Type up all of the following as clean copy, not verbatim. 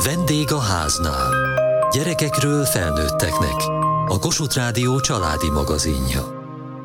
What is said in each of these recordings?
Vendég a háznál. Gyerekekről felnőtteknek. A Kossuth Rádió családi magazinja.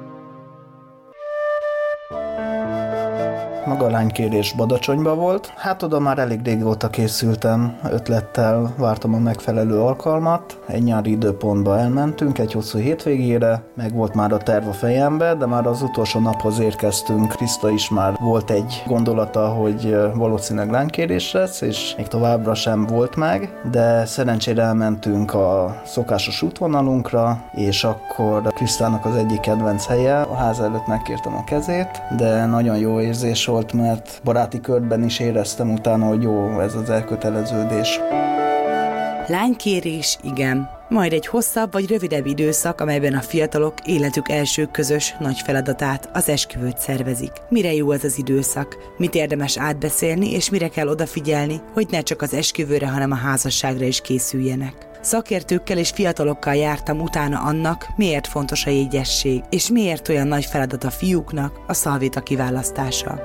Maga a lánykérés Badacsonyban volt. Hát oda már elég régóta készültem, ötlettel vártam a megfelelő alkalmat. Egy nyári időpontba elmentünk, egy hosszú hétvégére, meg volt már a terv a fejembe, de már az utolsó naphoz érkeztünk. Kriszta is már volt egy gondolata, hogy valószínűleg lánykérés lesz, és még továbbra sem volt meg, de szerencsére elmentünk a szokásos útvonalunkra, és akkor Krisztának az egyik kedvenc helye, a ház előtt megkértem a kezét, de nagyon jó érzés volt, mert baráti körben is éreztem utána, hogy jó ez az elköteleződés. Lánykérés, igen. Majd egy hosszabb vagy rövidebb időszak, amelyben a fiatalok életük első közös nagy feladatát, az esküvőt szervezik. Mire jó ez az időszak? Mit érdemes átbeszélni, és mire kell odafigyelni, hogy ne csak az esküvőre, hanem a házasságra is készüljenek? Szakértőkkel és fiatalokkal jártam utána annak, miért fontos a jegyesség, és miért olyan nagy feladat a fiúknak a szalvéta kiválasztása.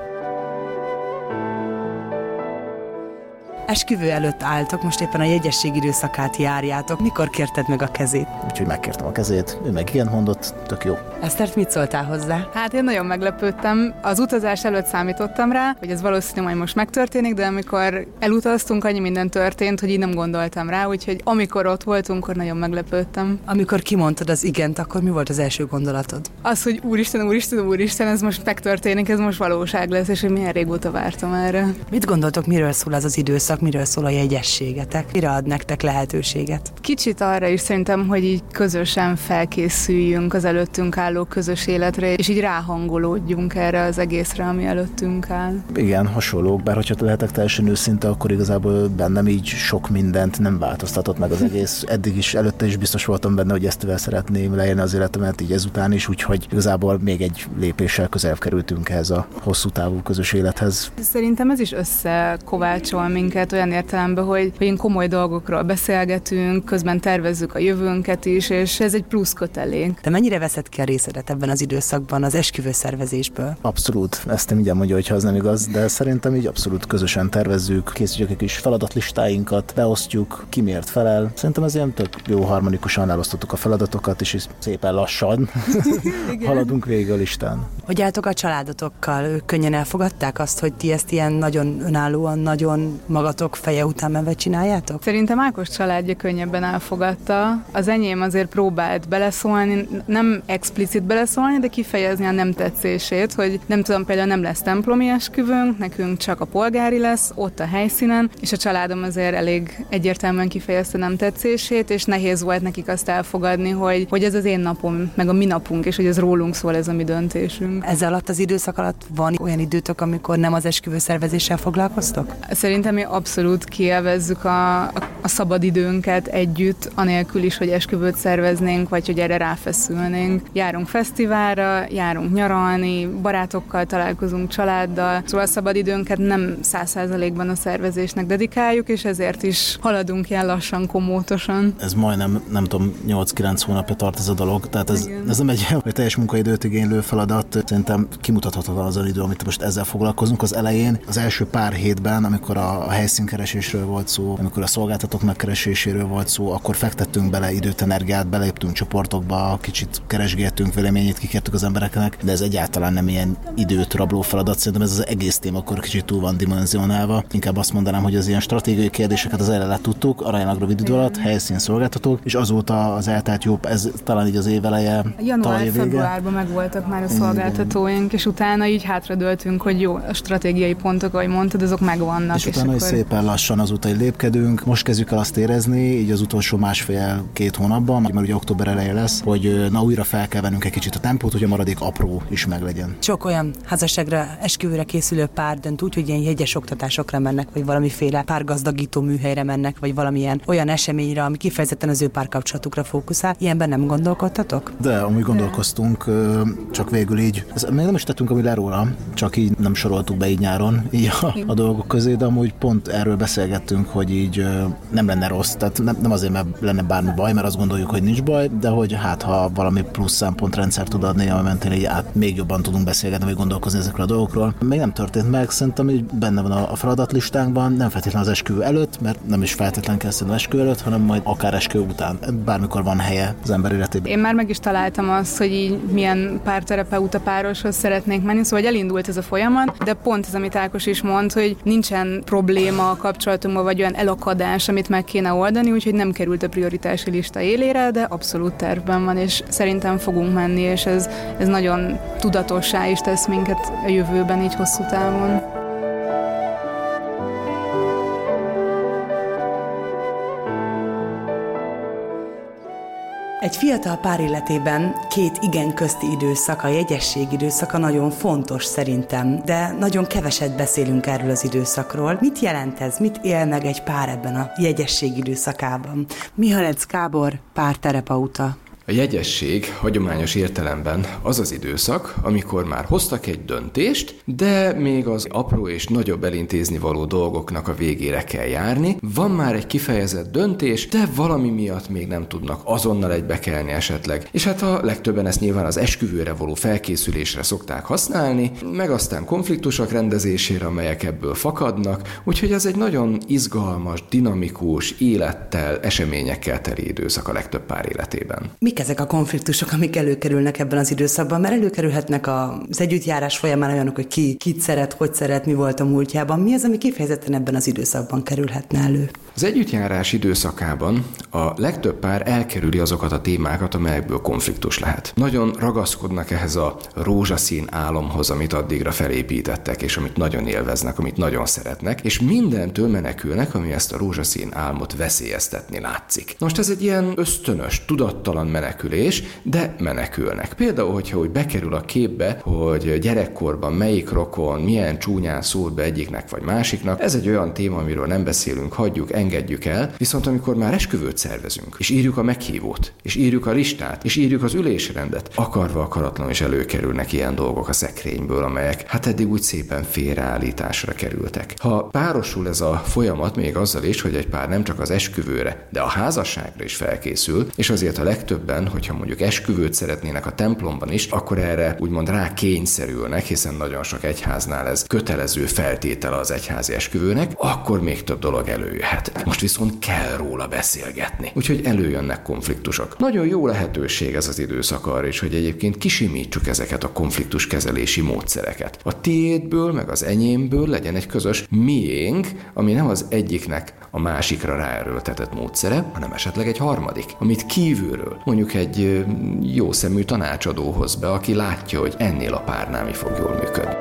Esküvő előtt álltok, most éppen a jegyesség időszakát járjátok. Mikor kérted meg a kezét? Úgyhogy megkértem a kezét, ő meg igen mondott, tök jó. Esztert, mit szóltál hozzá? Hát én nagyon meglepődtem. Az utazás előtt számítottam rá, hogy ez valószínű, hogy most megtörténik, de amikor elutaztunk, annyi minden történt, hogy így nem gondoltam rá, úgyhogy amikor ott voltunk, akkor nagyon meglepődtem. Amikor kimondtad az igent, akkor mi volt az első gondolatod? Az, hogy úristen, ez most megtörténik, ez most valóság lesz, és hogy milyen régóta vártam erre. Mit gondoltok, miről szól az időszak? Miről szól a jegyességetek? Mire ad nektek lehetőséget? Kicsit arra is szerintem, hogy így közösen felkészüljünk az előttünk álló közös életre, és így ráhangolódjunk erre az egészre, ami előttünk áll. Igen, hasonlók, bár hogyha lehetek teljesen őszinte, akkor igazából bennem így sok mindent nem változtatott meg az egész. Eddig is, előtte is biztos voltam benne, hogy ezt szeretném leélni az életemet, így ezután is, úgyhogy igazából még egy lépéssel közelebb kerültünk ehhez a hosszú távú közös élethez. Szerintem ez is összekovácsol minket olyan értelemben, hogy én komoly dolgokról beszélgetünk, közben tervezzük a jövőnket is, és ez egy plusz kötelék. De mennyire veszed ki a részedet ebben az időszakban az esküvőszervezésből? Abszolút, ezt nem így mondja, hogyha az nem igaz, de szerintem így abszolút közösen tervezzük, készítjük egy kis feladatlistáinkat, beosztjuk, ki miért felel. Szerintem ez ilyen tök jó harmonikusan elosztottuk a feladatokat, és szépen lassan haladunk végig a listán. Hogy álltok a családotokkal? Ők könnyen elfogadták azt, hogy ti ezt ilyen nagyon önállóan, nagyon magatok feje után menve csináljátok? Szerintem Ákos családja könnyebben elfogadta. Az enyém azért próbált beleszólni, nem explicit beleszólni, de kifejezni a nem tetszését, hogy nem tudom, például nem lesz templomi esküvőnk, nekünk csak a polgári lesz, ott a helyszínen, és a családom azért elég egyértelműen kifejezte nem tetszését, és nehéz volt nekik azt elfogadni, hogy ez az én napom, meg a mi napunk, és hogy ez rólunk szól, ez a mi döntésünk. Ezzel alatt az időszak alatt van olyan időtök, amikor nem az esküvőszervezéssel foglalkoztok? Szerintem mi abszolút kielvezzük a szabadidőnket együtt, anélkül is, hogy esküvőt szerveznénk, vagy hogy erre ráfeszülnénk. Járunk fesztiválra, járunk nyaralni, barátokkal találkozunk, családdal, szóval a szabadidőnket nem 100%-ban a szervezésnek dedikáljuk, és ezért is haladunk ilyen lassan, komótosan. Ez majdnem, nem tudom, 8-9 hónapja tart ez a dolog, tehát ez nem egy teljes munkaidőt igénylő feladat. Szerintem kimutathatatlan az idő, amit most ezzel foglalkozunk az elején. Az első pár hétben, amikor a helyszínkeresésről volt szó, amikor a szolgáltatók megkereséséről volt szó, akkor fektettünk bele időt, energiát, beléptünk csoportokba, kicsit keresgéltünk, véleményét kikértük az embereknek, de ez egyáltalán nem ilyen időt rabló feladat. Szerintem ez az egész téma akkor kicsit túl van dimenzionálva. Inkább azt mondanám, hogy az ilyen stratégiai kérdéseket az elején tudtuk, aránylag rövid idő alatt, helyszín szolgáltatók, és azóta az eltelt jobb, ez talán így az év eleje, január-februárban megvoltak már a szolgáltatóink, és utána így hátradőltünk, hogy jó, a stratégiai pontok, ahogy mondtad, azok megvannak. És utána akkor szépen lassan azóta lépkedünk. Most kezdjük el azt érezni, így az utolsó 1,5-2 hónapban, mert ugye október eleje lesz, hogy na újra fel kell vennünk egy kicsit a tempót, hogy a maradék apró is meglegyen. Sok olyan házasságra, esküvőre készülő pár dönt úgy, hogy ilyen jegyes oktatásokra mennek, vagy valamiféle párgazdagító műhelyre mennek, vagy valamilyen olyan eseményre, ami kifejezetten az ő párkapcsolatukra fókuszál. Ilyenben nem gondolkodtatok? De amúgy gondolkoztunk, csak végül így. Még nem is tettünk ami le róla, csak így nem soroltuk be így nyáron így a dolgok közé, de amúgy pont erről beszélgettünk, hogy így nem lenne rossz, tehát nem azért, mert lenne bármi baj, mert azt gondoljuk, hogy nincs baj, de hogy hát ha valami plusz szempontrendszer tud adni, ami mentén így még jobban tudunk beszélgetni, vagy gondolkozni ezekről a dolgokról. Még nem történt meg, szerintem így benne van a feladatlistánkban, nem feltétlenül az esküvő előtt, mert nem is feltétlenül kell az esküvő előtt, hanem majd akár esküvő után. Bármikor van helye az ember életében. Én már meg is találtam azt, hogy így milyen párterapeuta pároshoz szeretnék menni, szóval elindult ez a folyamat, de pont ez, amit Ákos is mond, hogy nincsen probléma a kapcsolatunkban, vagy olyan elakadás, amit meg kéne oldani, úgyhogy nem került a prioritási lista élére, de abszolút tervben van, és szerintem fogunk menni, és ez nagyon tudatossá is tesz minket a jövőben, így hosszú távon. Egy fiatal pár életében két igen közti időszak, a jegyesség időszaka nagyon fontos szerintem, de nagyon keveset beszélünk erről az időszakról. Mit jelent ez? Mit él meg egy pár ebben a jegyesség időszakában? Mihalec Gábor, párterapeuta. A jegyesség hagyományos értelemben az az időszak, amikor már hoztak egy döntést, de még az apró és nagyobb elintézni való dolgoknak a végére kell járni. Van már egy kifejezett döntés, de valami miatt még nem tudnak azonnal egybekelni esetleg. És hát a legtöbben ezt nyilván az esküvőre való felkészülésre szokták használni, meg aztán konfliktusok rendezésére, amelyek ebből fakadnak, úgyhogy ez egy nagyon izgalmas, dinamikus, élettel, eseményekkel teli időszak a legtöbb pár életében. Mik ezek a konfliktusok, amik előkerülnek ebben az időszakban? Mert előkerülhetnek az együttjárás folyamán olyanok, hogy ki kit szeret, hogy szeret, mi volt a múltjában. Mi az, ami kifejezetten ebben az időszakban kerülhetne elő? Az együttjárás időszakában a legtöbb pár elkerüli azokat a témákat, amelyekből konfliktus lehet. Nagyon ragaszkodnak ehhez a rózsaszín álomhoz, amit addigra felépítettek, és amit nagyon élveznek, amit nagyon szeretnek, és mindentől menekülnek, ami ezt a rózsaszín álmot veszélyeztetni látszik. Most ez egy ilyen ösztönös, tudattalan menekülés, de menekülnek. Például, hogyha úgy bekerül a képbe, hogy gyerekkorban melyik rokon milyen csúnyán szólt be egyiknek vagy másiknak, ez egy olyan téma, amiről nem beszélünk, hagyjuk, engedjük el, viszont amikor már esküvőt szervezünk, és írjuk a meghívót, és írjuk a listát, és írjuk az ülésrendet, akarva akaratlanul is előkerülnek ilyen dolgok a szekrényből, amelyek hát eddig úgy szépen félreállításra kerültek. Ha párosul ez a folyamat még azzal is, hogy egy pár nem csak az esküvőre, de a házasságra is felkészül, és azért a legtöbben, hogyha mondjuk esküvőt szeretnének a templomban is, akkor erre úgymond rá kényszerülnek, hiszen nagyon sok egyháznál ez kötelező feltétele az egyházi esküvőnek, akkor még több dolog előjöhet. Most viszont kell róla beszélgetni. Úgyhogy előjönnek konfliktusok. Nagyon jó lehetőség ez az időszak arra is, hogy egyébként kisimítsuk ezeket a konfliktuskezelési módszereket. A tiédből, meg az enyémből legyen egy közös miénk, ami nem az egyiknek a másikra ráerőltetett módszere, hanem esetleg egy harmadik, amit kívülről, mondjuk egy jó szemű tanácsadó hoz be, aki látja, hogy ennél a párnál mi fog jól működni.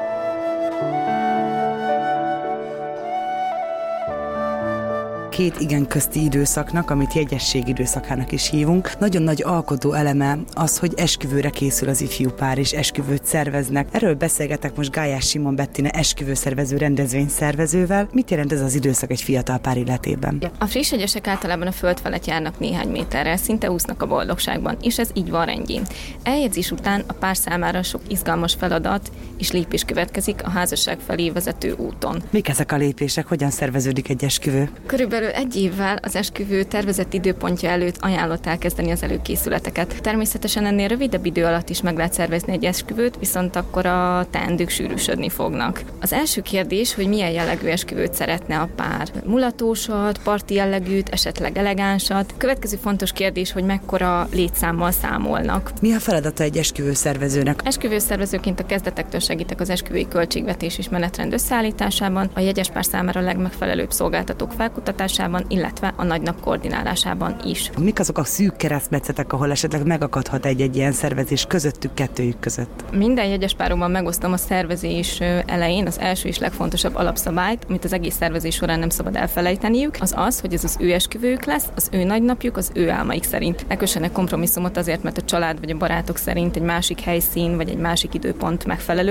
Két igen közti időszaknak, amit jegyesség időszakának is hívunk, nagyon nagy alkotó eleme az, hogy esküvőre készül az ifjú pár, és esküvőt szerveznek. Erről beszélgetek most Gályás Simon Bettine esküvőszervező rendezvényszervezővel. Mit jelent ez az időszak egy fiatal pár életében? A friss jegyesek általában a föld felett járnak néhány méterrel, szinte úsznak a boldogságban, és ez így van rendjén. Eljegyzés után a pár számára sok izgalmas feladat és lépés következik a házasság felé vezető úton. Mik ezek a lépések? Hogyan szerveződik egy esküvő? Körülbelül egy évvel az esküvő tervezett időpontja előtt ajánlott elkezdeni az előkészületeket. Természetesen ennél rövidebb idő alatt is meg lehet szervezni egy esküvőt, viszont akkor a teendők sűrűsödni fognak. Az első kérdés, hogy milyen jellegű esküvőt szeretne a pár. Mulatósat, parti jellegűt, esetleg elegánsat. Következő fontos kérdés, hogy mekkora létszámmal számolnak. Mi a feladata egy esküvőszervezőnek? Esküvőszervezőként a kezdetektől segítek az esküvői költségvetés és menetrend összeállításában, a jegyespár számára a legmegfelelőbb szolgáltatók felkutatásában, illetve a nagynap koordinálásában is. Mik azok a szűk keresztmetszetek, ahol esetleg megakadhat egy ilyen szervezés közöttük, kettőjük között? Minden jegyespáromban megosztom a szervezés elején az első és legfontosabb alapszabályt, amit az egész szervezés során nem szabad elfelejteniük, az az, hogy ez az ő esküvőjük lesz, az ő nagynapjuk, az ő álmaik szerint. Ne kössenek kompromisszumot azért, mert a család vagy a barátok szerint egy másik helyszín vagy egy másik időpont megfelelőbb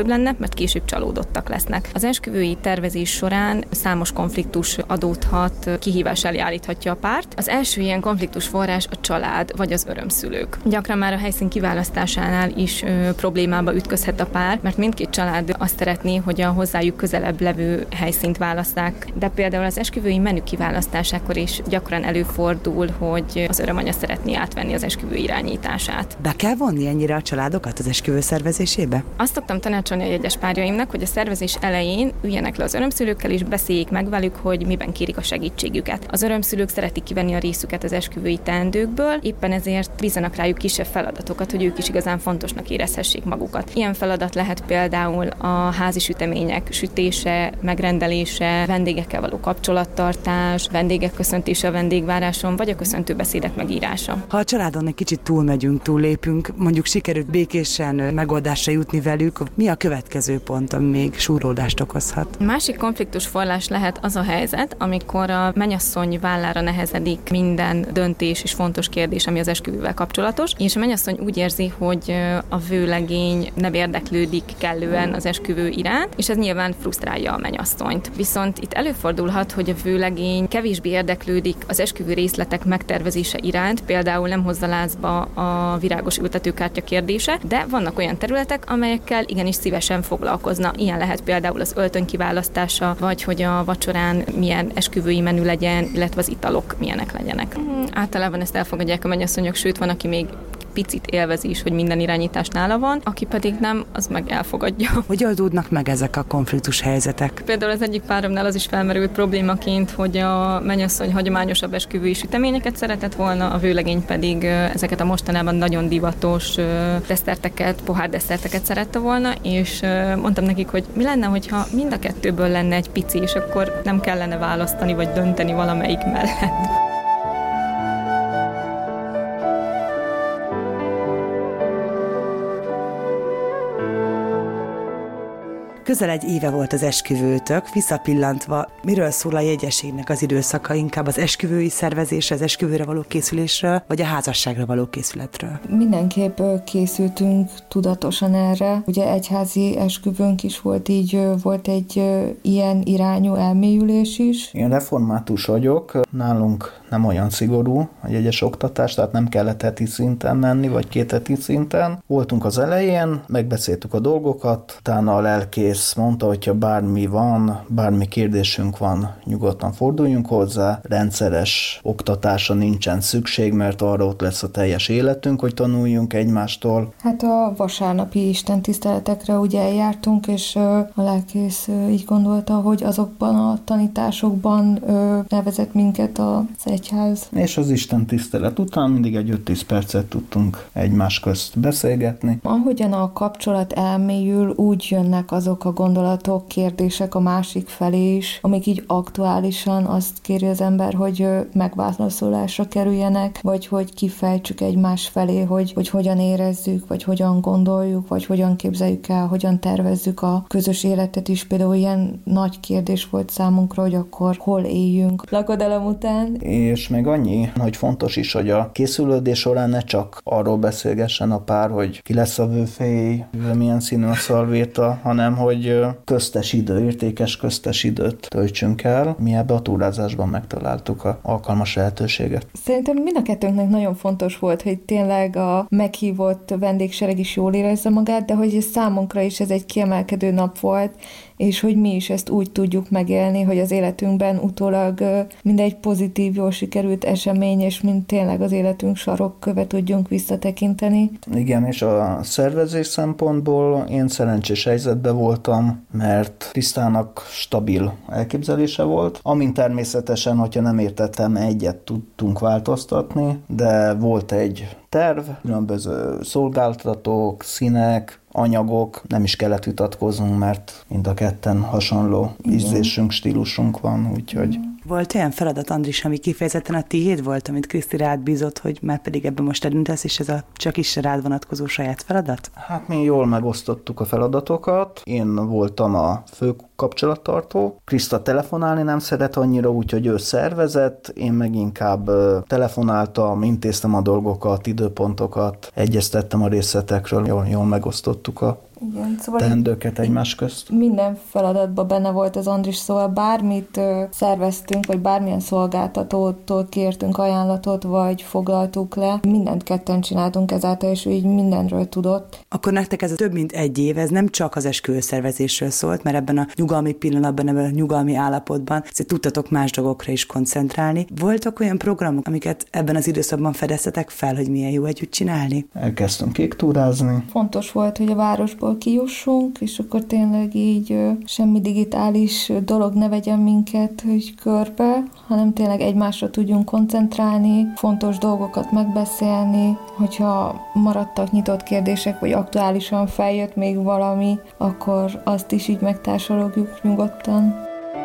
lenne, mert később csalódottak lesznek. Az esküvői tervezés során számos konfliktus adódhat, kihívás elé állíthatja a párt. Az első ilyen konfliktus forrás a család vagy az örömszülők. Gyakran már a helyszín kiválasztásánál is problémába ütközhet a pár, mert mindkét család azt szeretné, hogy a hozzájuk közelebb levő helyszínt választák, de például az esküvői menü kiválasztásakor is gyakran előfordul, hogy az örömanya szeretné átvenni az esküvő irányítását. Be kell vonni ennyire a családokat az esküvő szervezésébe? Azt szoktam tanácsolni a jegyes párjaimnak, hogy a szervezés elején üljenek le az örömszülőkkel és beszéljék meg velük, hogy miben kérik a segítségüket. Az örömszülők szeretik kivenni a részüket az esküvői teendőkből, éppen ezért bízzanak rájuk kisebb feladatokat, hogy ők is igazán fontosnak érezhessék magukat. Ilyen feladat lehet például a házi sütemények sütése, megrendelése, vendégekkel való kapcsolattartás, vendégek köszöntése a vendégváráson, vagy a köszöntőbeszédek megírása. Ha a családon egy kicsit túllépünk, mondjuk sikerült békésen megoldásra jutni velük, mi a következő pont, ami még súrlódást okozhat? Másik konfliktus forrás lehet az a helyzet, amikor a mennyasszony vállára nehezedik minden döntés és fontos kérdés, ami az esküvővel kapcsolatos, és a mennyasszony úgy érzi, hogy a vőlegény nem érdeklődik kellően az esküvő iránt, és ez nyilván frusztrálja a mennyasszonyt. Viszont itt előfordulhat, hogy a vőlegény kevésbé érdeklődik az esküvő részletek megtervezése iránt, például nem hozza lázba a virágos ültetőkártya kérdése, de vannak olyan területek, amelyekkel igenis szívesen foglalkozna. Ilyen lehet például az öltöny kiválasztása, vagy hogy a vacsorán milyen esküvői menü legyen, illetve az italok milyenek legyenek. Általában ezt elfogadják a mennyasszonyok, sőt van, aki még picit élvezi is, hogy minden irányítás nála van, aki pedig nem, az meg elfogadja. Hogy oldódnak meg ezek a konfliktus helyzetek? Például az egyik páromnál az is felmerült problémaként, hogy a mennyasszony hagyományosabb esküvői süteményeket szeretett volna, a vőlegény pedig ezeket a mostanában nagyon divatos desszerteket, pohár-desszerteket szerette volna, és mondtam nekik, hogy mi lenne, hogyha mind a kettőből lenne egy pici, és akkor nem kellene választani vagy dönteni valamelyik mellett. Közel egy éve volt az esküvőtök, visszapillantva, miről szól a jegyeségnek az időszaka, inkább az esküvői szervezésre, az esküvőre való készülésről, vagy a házasságra való készületről? Mindenképp készültünk tudatosan erre. Ugye egyházi esküvőnk is volt, így volt egy ilyen irányú elmélyülés is. Én református vagyok, nálunk nem olyan szigorú a jegyes oktatás, tehát nem kellett heti szinten menni, vagy 2 heti szinten. Voltunk az elején, megbeszéltük a dolgokat, utána a lelkész mondta, hogyha bármi van, bármi kérdésünk van, nyugodtan forduljunk hozzá, rendszeres oktatásra nincsen szükség, mert arra ott lesz a teljes életünk, hogy tanuljunk egymástól. Hát a vasárnapi istentiszteletekre ugye eljártunk, és a lelkész így gondolta, hogy azokban a tanításokban nevezett minket az egyház. És az istentisztelet után mindig egy 5-10 percet tudtunk egymás közt beszélgetni. Ahogyan a kapcsolat elmélyül, úgy jönnek azok a gondolatok, kérdések a másik felé is, amik így aktuálisan azt kéri az ember, hogy megválaszolásra kerüljenek, vagy hogy kifejtsük egymás felé, hogy hogyan érezzük, vagy hogyan gondoljuk, vagy hogyan képzeljük el, hogyan tervezzük a közös életet is. Például ilyen nagy kérdés volt számunkra, hogy akkor hol éljünk lakodalom után. És még annyi, hogy fontos is, hogy a készülődés során ne csak arról beszélgessen a pár, hogy ki lesz a vőfély, milyen színű a szalvéta, hanem hogy köztes idő, értékes köztes időt töltsünk el. Mi ebbe a túrázásban megtaláltuk az alkalmas lehetőséget. Szerintem mind a kettőnknek nagyon fontos volt, hogy tényleg a meghívott vendégsereg is jól érezze magát, de hogy számunkra is ez egy kiemelkedő nap volt, és hogy mi is ezt úgy tudjuk megélni, hogy az életünkben utólag mindegy pozitív, jól sikerült esemény, és mind tényleg az életünk sarokköve tudjunk visszatekinteni. Igen, és a szervezés szempontból én szerencsés helyzetben voltam, mert Krisztának stabil elképzelése volt, amin természetesen, hogyha nem értettem, egyet tudtunk változtatni, de volt egy terv, különböző szolgáltatók, színek, anyagok, nem is kellett vitatkoznunk, mert mind a ketten hasonló ízlésünk, stílusunk van, úgyhogy... Volt olyan feladat, Andris, ami kifejezetten a tiéd volt, amit Kriszti rád bízott, hogy már pedig ebben most elüntesz, és ez a csak is rád vonatkozó saját feladat? Hát mi jól megosztottuk a feladatokat. Én voltam a fő kapcsolattartó. Kriszta telefonálni nem szeret annyira, úgyhogy ő szervezett, én meg inkább telefonáltam, intéztem a dolgokat, időpontokat, egyeztettem a részletekről, jól megosztottuk a Igen, szóval teendőket egymás közt. Minden feladatban benne volt az Andris, szóval bármit szerveztünk, vagy bármilyen szolgáltatótól kértünk ajánlatot, vagy foglaltuk le, mindent ketten csináltunk ezáltal, és ő így mindenről tudott. Akkor nektek ez több mint egy év, ez nem csak az esküvőszervezésről szólt, mert ebben a nyugalmi pillanatban, ebben a nyugalmi állapotban tudtatok más dolgokra is koncentrálni. Voltak olyan programok, amiket ebben az időszakban fedeztetek fel, hogy milyen jó együtt csinálni? Elkezdtünk kéktúrázni. Fontos volt, hogy a városból kijussunk, és akkor tényleg így semmi digitális dolog ne vegyen minket hogy körbe, hanem tényleg egymásra tudjunk koncentrálni, fontos dolgokat megbeszélni, hogyha maradtak nyitott kérdések, vagy aktuálisan feljött még valami, akkor azt is így megtársalogjuk nyugodtan.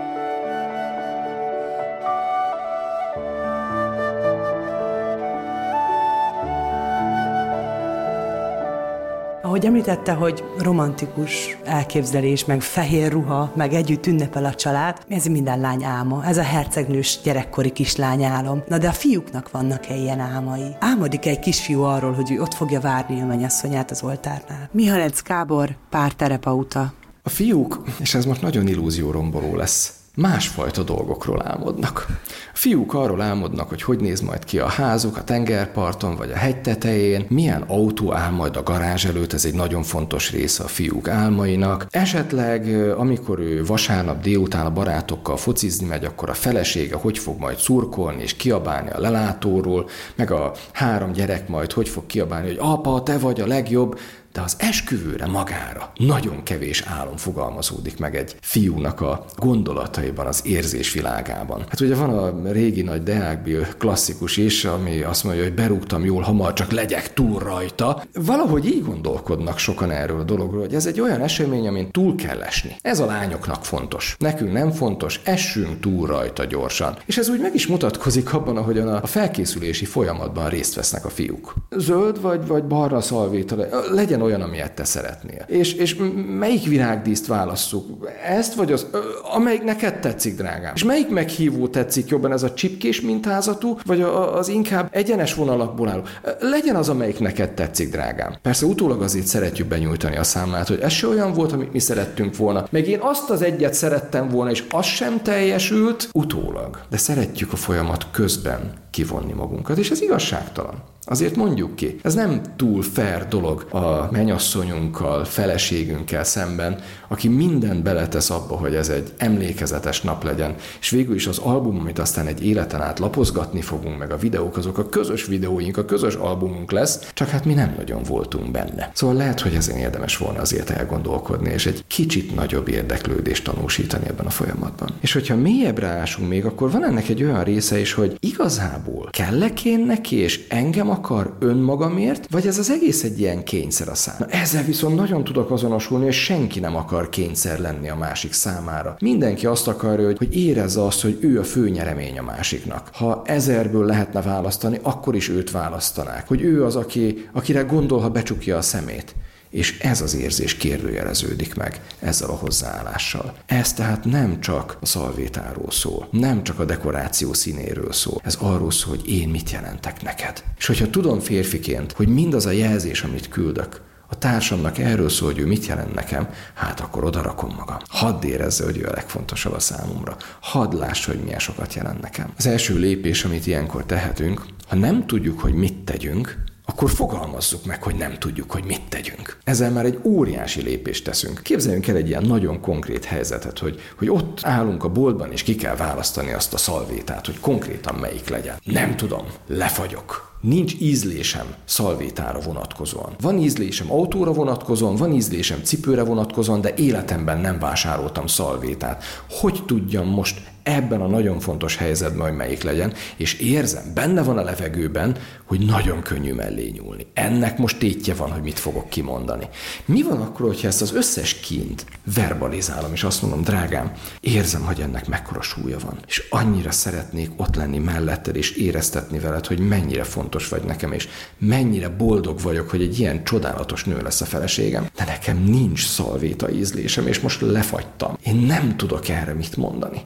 Ahogy említette, hogy romantikus elképzelés, meg fehér ruha, meg együtt ünnepel a család, ez minden lány álma. Ez a hercegnős gyerekkori kislány álom. Na de a fiúknak vannak-e ilyen álmai? Álmodik egy kisfiú arról, hogy ő ott fogja várni a mennyasszonyát az oltárnál? Mihalec Gábor, párterapeuta. A fiúk, és ez most nagyon illúzióromboló lesz, másfajta dolgokról álmodnak. A fiúk arról álmodnak, hogy néz majd ki a házuk a tengerparton vagy a hegy tetején, milyen autó áll majd a garázs előtt, ez egy nagyon fontos része a fiúk álmainak. Esetleg, amikor ő vasárnap délután a barátokkal focizni megy, akkor a felesége hogy fog majd szurkolni és kiabálni a lelátóról, meg a 3 gyerek majd hogy fog kiabálni, hogy apa, te vagy a legjobb. De az esküvőre magára nagyon kevés álom fogalmazódik meg egy fiúnak a gondolataiban, az érzésvilágában. Hát ugye van a régi nagy Deák Bill klasszikus is, ami azt mondja, hogy berúgtam jól, hamar csak legyek túl rajta. Valahogy így gondolkodnak sokan erről a dologról, hogy ez egy olyan esemény, amin túl kell esni. Ez a lányoknak fontos. Nekünk nem fontos, essünk túl rajta gyorsan. És ez úgy meg is mutatkozik abban, ahogyan a felkészülési folyamatban részt vesznek a fiúk. Zöld vagy barna szalvéta, legyen olyan, amilyet te szeretnél. És melyik virágdíszt válasszuk? Ezt vagy az, amelyik neked tetszik, drágám? És melyik meghívó tetszik jobban, ez a csipkés mintázatú, vagy az inkább egyenes vonalakból álló? Legyen az, amelyik neked tetszik, drágám. Persze utólag azért szeretjük benyújtani a számlát, hogy ez se olyan volt, amit mi szerettünk volna. Meg én azt az egyet szerettem volna, és az sem teljesült utólag. De szeretjük a folyamat közben kivonni magunkat, és ez igazságtalan. Azért mondjuk ki, ez nem túl fair dolog a mennyasszonyunkkal, feleségünkkel szemben, aki mindent beletesz abba, hogy ez egy emlékezetes nap legyen, és végül is az album, amit aztán egy életen át lapozgatni fogunk, meg a videók, azok a közös videóink, a közös albumunk lesz, csak hát mi nem nagyon voltunk benne. Szóval lehet, hogy ezen érdemes volna azért elgondolkodni, és egy kicsit nagyobb érdeklődést tanúsítani ebben a folyamatban. És hogyha mélyebbre ásunk még, akkor van ennek egy olyan része is, hogy igazából kellek én neki, és engem akar önmagamért, vagy ez az egész egy ilyen kényszer a szám. Na, ezzel viszont nagyon tudok azonosulni, hogy senki nem akar kényszer lenni a másik számára. Mindenki azt akarja, hogy érezze azt, hogy ő a fő nyeremény a másiknak. Ha 1000-ből lehetne választani, akkor is őt választanák. Hogy ő az, akire gondol, ha becsukja a szemét. És ez az érzés kérdőjeleződik meg ezzel a hozzáállással. Ez tehát nem csak a szalvétáról szól, nem csak a dekoráció színéről szól. Ez arról szól, hogy én mit jelentek neked. És hogyha tudom férfiként, hogy mindaz a jelzés, amit küldök, a társamnak erről szól, hogy ő mit jelent nekem, hát akkor odarakom magam. Hadd érezze, hogy ő a legfontosabb a számomra. Hadd lássa, hogy milyen sokat jelent nekem. Az első lépés, amit ilyenkor tehetünk, ha nem tudjuk, hogy mit tegyünk, akkor fogalmazzuk meg, hogy nem tudjuk, hogy mit tegyünk. Ezzel már egy óriási lépést teszünk. Képzeljünk el egy ilyen nagyon konkrét helyzetet, hogy ott állunk a boltban, és ki kell választani azt a szalvétát, hogy konkrétan melyik legyen. Nem tudom, lefagyok. Nincs ízlésem szalvétára vonatkozóan. Van ízlésem autóra vonatkozóan, van ízlésem cipőre vonatkozóan, de életemben nem vásároltam szalvétát. Hogy tudjam most ebben a nagyon fontos helyzetben, hogy melyik legyen, és érzem, benne van a levegőben, hogy nagyon könnyű mellé nyúlni. Ennek most tétje van, hogy mit fogok kimondani. Mi van akkor, hogyha ezt az összes kint verbalizálom, és azt mondom, drágám, érzem, hogy ennek mekkora súlya van, és annyira szeretnék ott lenni melletted, és éreztetni veled, hogy mennyire fontos vagy nekem, és mennyire boldog vagyok, hogy egy ilyen csodálatos nő lesz a feleségem, de nekem nincs szalvéta ízlésem, és most lefagytam. Én nem tudok erre mit mondani. Segíts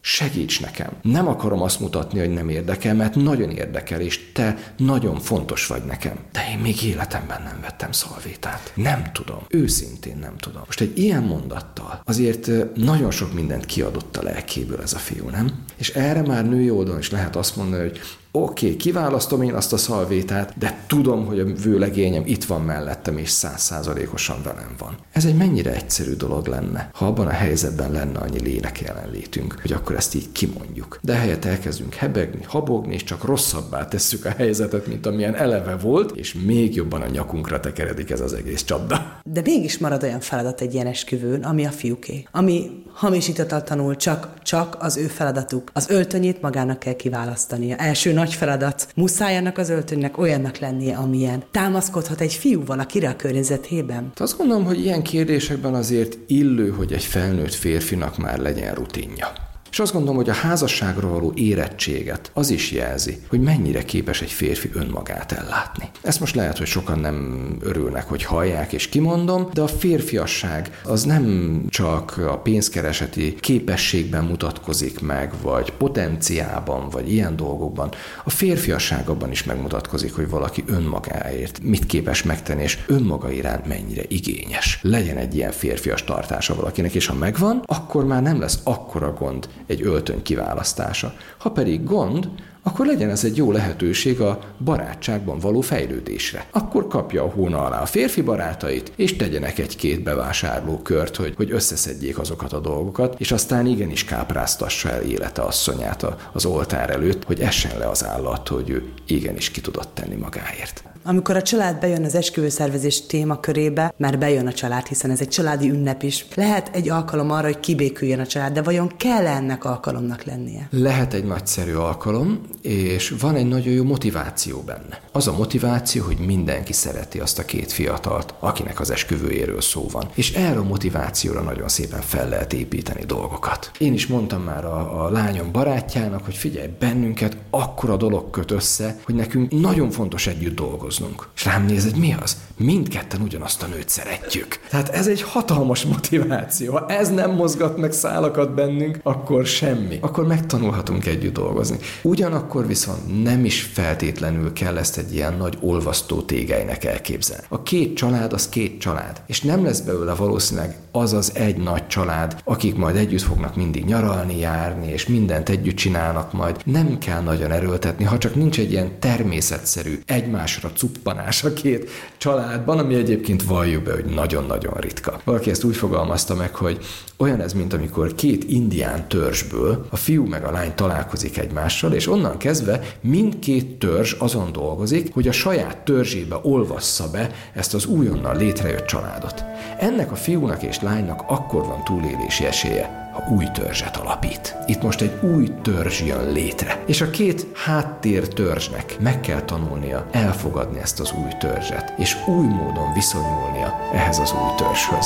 segíts nekem. Nem akarom azt mutatni, hogy nem érdekel, mert nagyon érdekel, és te nagyon fontos vagy nekem. De én még életemben nem vettem szalvétát. Nem tudom. Őszintén nem tudom. Most egy ilyen mondattal azért nagyon sok mindent kiadott a lelkéből ez a fiú, nem? És erre már női oldalon is lehet azt mondani, hogy oké, kiválasztom én azt a szalvétát, de tudom, hogy a vőlegényem itt van mellettem, és 100%-osan velem van. Ez egy mennyire egyszerű dolog lenne, ha abban a helyzetben lenne annyi lélek jelenlétünk, hogy akkor ezt így kimondjuk. De helyett elkezdünk hebegni, habogni, és csak rosszabbá tesszük a helyzetet, mint amilyen eleve volt, és még jobban a nyakunkra tekeredik ez az egész csapda. De mégis marad olyan feladat egy ilyen esküvőn, ami a fiúké. Ami hamisítatlanul csak az ő feladatuk. Az öltönyét magának kell kiválasztania. Első nagy feladat. Muszáj annak az öltönynek olyannak lennie, amilyen. Támaszkodhat egy fiú valakire a környezetében? Azt gondolom, hogy ilyen kérdésekben azért illő, hogy egy felnőtt férfinak már legyen rutinja. És azt gondolom, hogy a házasságra való érettséget az is jelzi, hogy mennyire képes egy férfi önmagát ellátni. Ezt most lehet, hogy sokan nem örülnek, hogy hallják és kimondom, de a férfiasság az nem csak a pénzkereseti képességben mutatkozik meg, vagy potenciában, vagy ilyen dolgokban. A férfiasság abban is megmutatkozik, hogy valaki önmagáért mit képes megtenni, és önmaga iránt mennyire igényes. Legyen egy ilyen férfias tartása valakinek, és ha megvan, akkor már nem lesz akkora gond egy öltöny kiválasztása. Ha pedig gond, akkor legyen ez egy jó lehetőség a barátságban való fejlődésre. Akkor kapja a hóna alá a férfi barátait, és tegyenek egy-két bevásárlókört, hogy összeszedjék azokat a dolgokat, és aztán igenis kápráztassa el élete asszonyát az oltár előtt, hogy essen le az állat, hogy ő igenis ki tudott tenni magáért. Amikor a család bejön az esküvőszervezés témakörébe, már bejön a család, hiszen ez egy családi ünnep is. Lehet egy alkalom arra, hogy kibéküljön a család, de vajon kell ennek alkalomnak lennie? Lehet egy nagyszerű alkalom, és van egy nagyon jó motiváció benne. Az a motiváció, hogy mindenki szereti azt a két fiatalt, akinek az esküvőjéről szó van. És erre a motivációra nagyon szépen fel lehet építeni dolgokat. Én is mondtam már a lányom barátjának, hogy figyelj, bennünket akkora dolog köt össze, hogy nekünk nagyon fontos együtt dolgoznunk. És rám nézed, mi az? Mindketten ugyanazt a nőt szeretjük. Tehát ez egy hatalmas motiváció. Ha ez nem mozgat meg szálakat bennünk, akkor semmi. Akkor megtanulhatunk együtt dolgozni. Ugyanakkor viszont nem is feltétlenül kell ezt egy ilyen nagy olvasztó tégelynek elképzelni. A két család az két család. És nem lesz belőle valószínűleg az egy nagy család, akik majd együtt fognak mindig nyaralni, járni, és mindent együtt csinálnak majd. Nem kell nagyon erőltetni, ha csak nincs egy ilyen természetszerű egymásra cuppanás a két családban, ami egyébként valljuk be, hogy nagyon-nagyon ritka. Valaki ezt úgy fogalmazta meg, hogy olyan ez, mint amikor két indián törzsből a fiú meg a lány találkozik egymással, és onnan kezdve mindkét törzs azon dolgozik, hogy a saját törzsébe olvassza be ezt az újonnan létrejött családot. Ennek a fiúnak és lánynak akkor van túlélési esélye, ha új törzset alapít. Itt most egy új törzs jön létre. És a két háttér törzsnek meg kell tanulnia elfogadni ezt az új törzset, és új módon viszonyulnia ehhez az új törzshöz.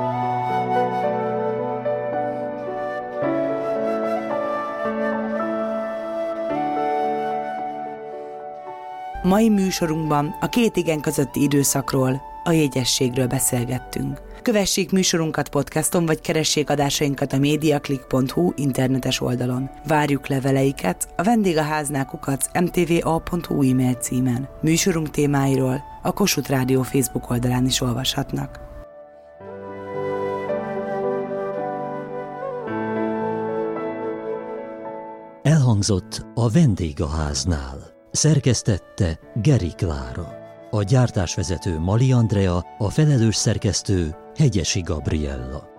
Mai műsorunkban a két igen közötti időszakról, a jegyességről beszélgettünk. Kövessék műsorunkat podcaston, vagy keressék adásainkat a mediaclick.hu internetes oldalon. Várjuk leveleiket a vendégháznál@mtva.hu e-mail címen. Műsorunk témáiról a Kossuth Rádió Facebook oldalán is olvashatnak. Elhangzott a Vendégháznál. Szerkesztette Geri Klára. A gyártásvezető Mali Andrea, a felelős szerkesztő Hegyesi Gabriella.